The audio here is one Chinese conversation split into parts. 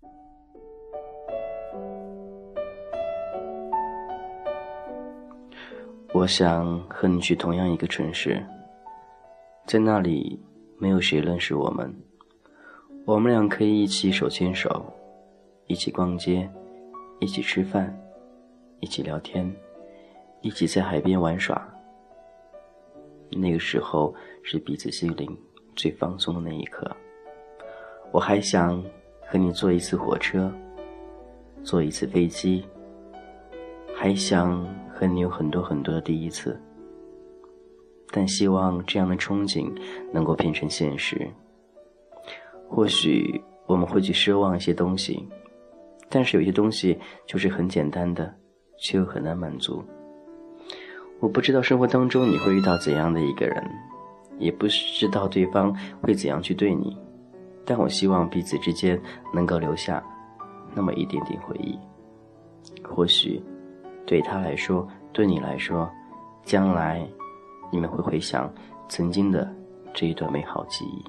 我想和你去同样一个城市，在那里没有谁认识我们，我们俩可以一起手牵手，一起逛街，一起吃饭，一起聊天，一起在海边玩耍。那个时候是彼此心灵最放松的那一刻。我还想和你坐一次火车，坐一次飞机，还想和你有很多很多的第一次，但希望这样的憧憬能够变成现实。或许我们会去奢望一些东西，但是有些东西就是很简单的，却又很难满足。我不知道生活当中你会遇到怎样的一个人，也不知道对方会怎样去对你，但我希望彼此之间能够留下那么一点点回忆。或许对他来说，对你来说，将来你们会回想曾经的这一段美好记忆。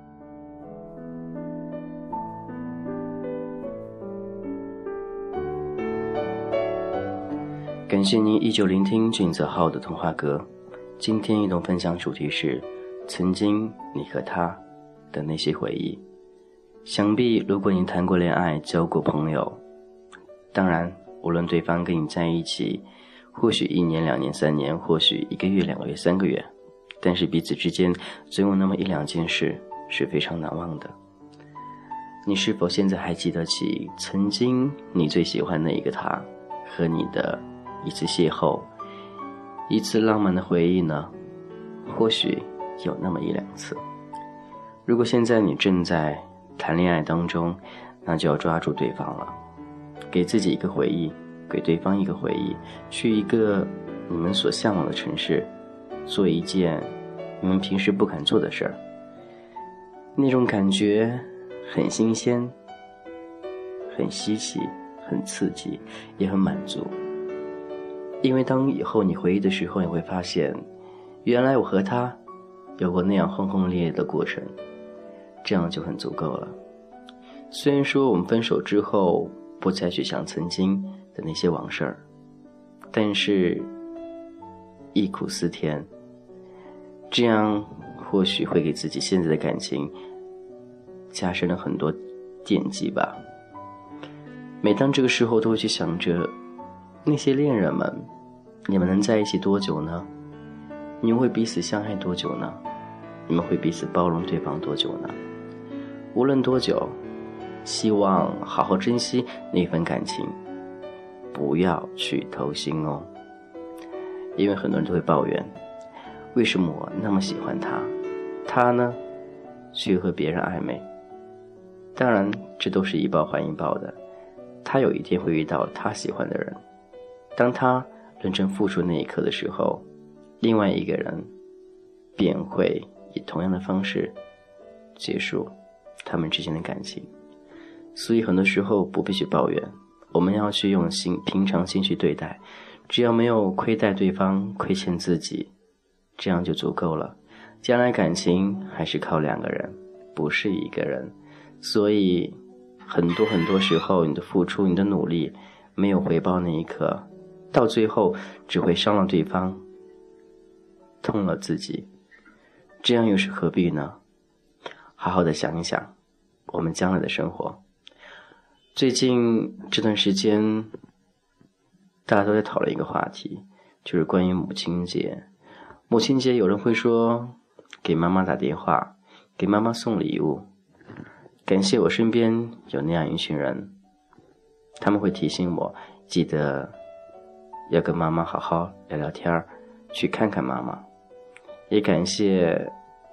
感谢您依旧聆听俊泽浩的童话阁。今天一同分享主题是曾经你和他的那些回忆。想必如果你谈过恋爱，交过朋友，当然无论对方跟你在一起或许1年2年3年，或许1个月2个月3个月，但是彼此之间总有那么1两件事是非常难忘的。你是否现在还记得起曾经你最喜欢的一个他和你的一次邂逅，一次浪漫的回忆呢？或许有那么1两次。如果现在你正在谈恋爱当中，那就要抓住对方了，给自己一个回忆，给对方一个回忆，去一个你们所向往的城市，做一件你们平时不敢做的事儿。那种感觉很新鲜，很稀奇，很刺激，也很满足。因为当以后你回忆的时候，你会发现原来我和他有过那样轰轰烈烈的过程，这样就很足够了。虽然说我们分手之后不再去想曾经的那些往事儿，但是忆苦思甜，这样或许会给自己现在的感情加深了很多惦记吧。每当这个时候都会去想着那些恋人们，你们能在一起多久呢？你们会彼此相爱多久呢？你们会彼此包容对方多久呢？无论多久，希望好好珍惜那份感情，不要去偷心哦。因为很多人都会抱怨，为什么我那么喜欢他，他呢却和别人暧昧。当然这都是一报还一报的，他有一天会遇到他喜欢的人，当他认真付出那一刻的时候，另外一个人便会以同样的方式结束他们之间的感情。所以很多时候不必去抱怨，我们要去用平常心去对待，只要没有亏待对方，亏欠自己，这样就足够了。将来感情还是靠2个人，不是1个人。所以很多时候你的付出，你的努力没有回报那一刻，到最后只会伤了对方，痛了自己，这样又是何必呢？好好的想一想我们将来的生活。最近这段时间大家都在讨论一个话题，就是关于母亲节。母亲节有人会说给妈妈打电话，给妈妈送礼物。感谢我身边有那样一群人，他们会提醒我记得要跟妈妈好好聊聊天，去看看妈妈。也感谢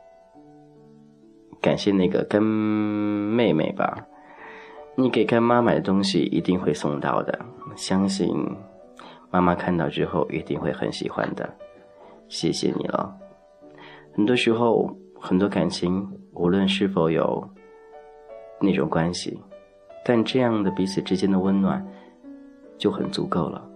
那个干妹妹吧，你给干妈买的东西一定会送到的，相信妈妈看到之后一定会很喜欢的，谢谢你了。很多时候很多感情无论是否有那种关系，但这样的彼此之间的温暖就很足够了。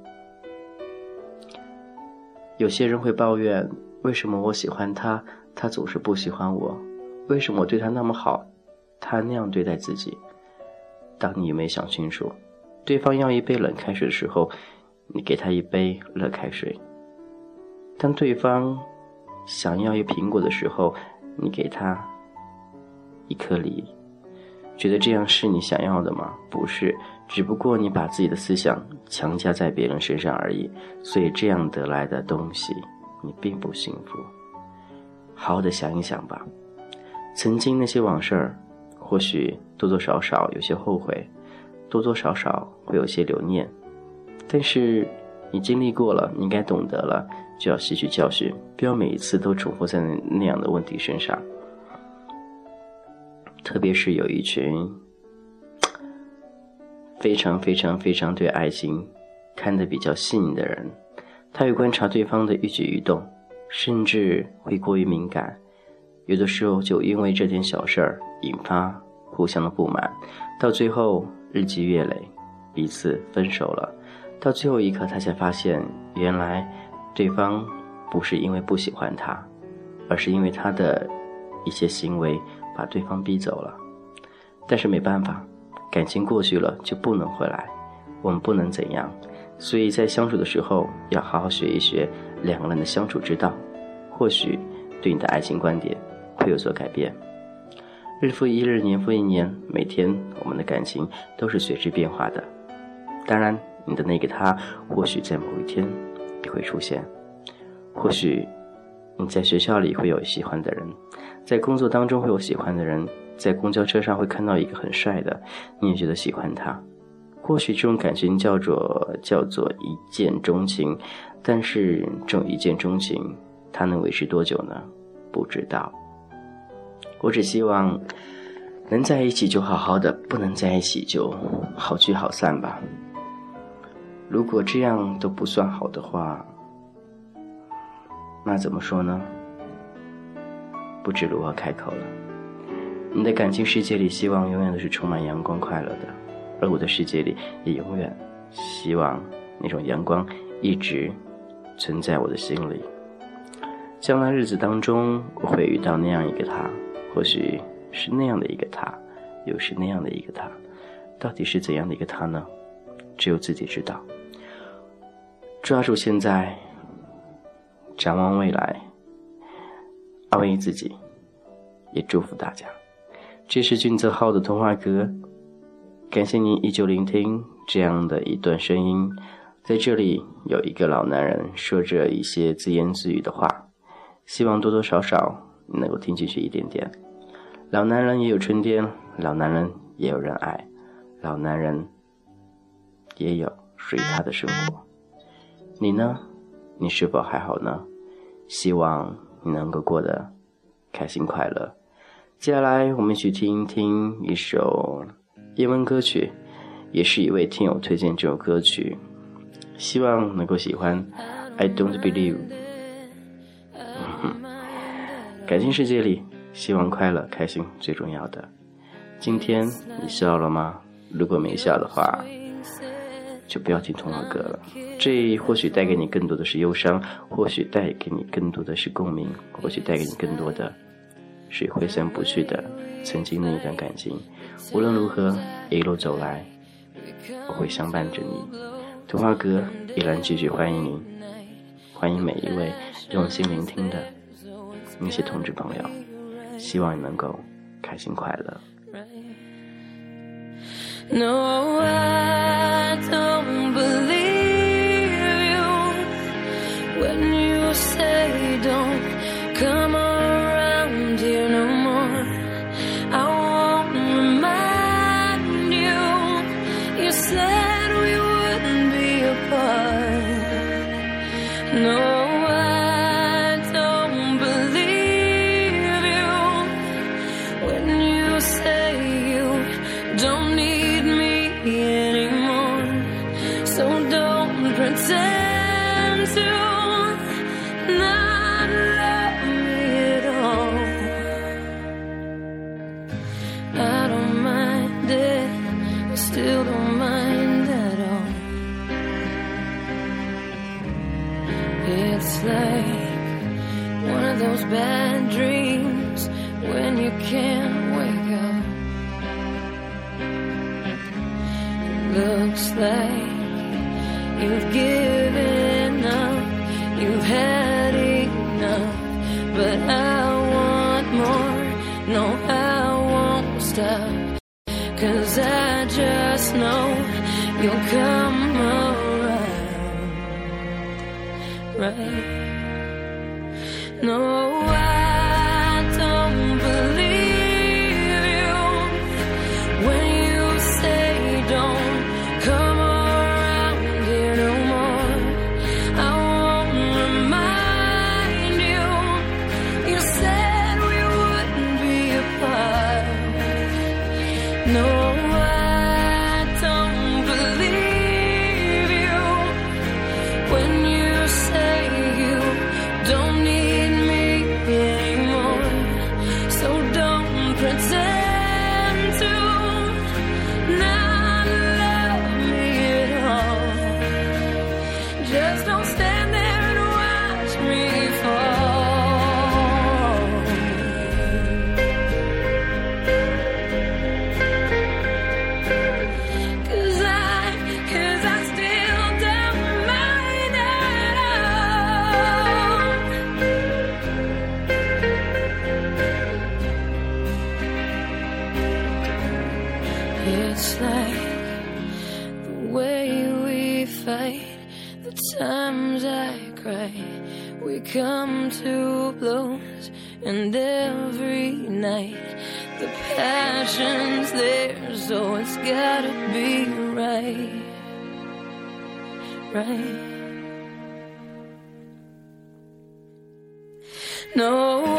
有些人会抱怨，为什么我喜欢他，他总是不喜欢我？为什么我对他那么好，他那样对待自己？ 当你没想清楚，对方要一杯冷开水的时候，你给他一杯热开水；当对方想要一苹果的时候，你给他一颗梨。觉得这样是你想要的吗？不是，只不过你把自己的思想强加在别人身上而已，所以这样得来的东西你并不幸福。好好的想一想吧，曾经那些往事或许多多少少有些后悔，多多少少会有些留念，但是你经历过了，你应该懂得了，就要吸取教训，不要每一次都重复在那样的问题身上。特别是有一群非常非常非常对爱情看得比较细腻的人，他会观察对方的一举一动，甚至会过于敏感，有的时候就因为这点小事儿引发互相的不满，到最后日积月累，彼此分手了。到最后一刻他才发现，原来对方不是因为不喜欢他，而是因为他的一些行为把对方逼走了。但是没办法，感情过去了就不能回来，我们不能怎样，所以在相处的时候要好好学一学两个人的相处之道，或许对你的爱情观点会有所改变。日复一日，年复一年，每天我们的感情都是随之变化的。当然你的那个他或许在某一天也会出现，或许你在学校里会有喜欢的人，在工作当中会有喜欢的人，在公交车上会看到一个很帅的，你也觉得喜欢他。或许这种感情叫做一见钟情，但是这种一见钟情它能维持多久呢？不知道。我只希望能在一起就好好的，不能在一起就好聚好散吧。如果这样都不算好的话，那怎么说呢？不知如何开口了。你的感情世界里希望永远都是充满阳光快乐的，而我的世界里也永远希望那种阳光一直存在我的心里。将来日子当中我会遇到那样一个他，或许是那样的一个他，又是那样的一个他，到底是怎样的一个他呢？只有自己知道。抓住现在，展望未来，安慰自己，也祝福大家。这是俊泽浩的童话歌，感谢您依旧聆听这样的一段声音。在这里有一个老男人说着一些自言自语的话，希望多多少少你能够听进去一点点。老男人也有春天，老男人也有人爱，老男人也有属于他的生活。你呢？你是否还好呢？希望你能够过得开心快乐。接下来我们一起听听一首英文歌曲，也是一位听友推荐这首歌曲，希望能够喜欢。 I don't believe 感情世界里希望快乐开心最重要的。今天你笑了吗？如果没笑的话就不要听童话歌了，这或许带给你更多的是忧伤，或许带给你更多的是共鸣，或许带给你更多的是挥散不去的曾经的一段感情。无论如何一路走来，我会相伴着你。童话歌依然继续欢迎您，欢迎每一位用心聆听的那些同志朋友，希望你能够开心快乐。 No, I don't believe you when you say don't come around here no more. I won't remind you, you said we wouldn't be apart. No, I don't believe you when you say you don't need anymore, so don't pretend to not love me at all. I don't mind it, I still don't mind at all. It's like one of those bad dreams when you can't wake up. looks like you've given up, you've had enough, but I want more, no I won't stop, 'cause I just know you'll come around, right? No, I don't believe you when you say don't come around here no more. I won't remind you, you said we wouldn't be apart. No, I don't believe you when you say you don't need me anymore. So don't pretend to not love me at all. Just don't stand there and watch me fall. 'Cause I still don't mind at all. It's like the way we fight, the times I cry, we come to blows, and every night the passion's there, so it's gotta be right, right? No,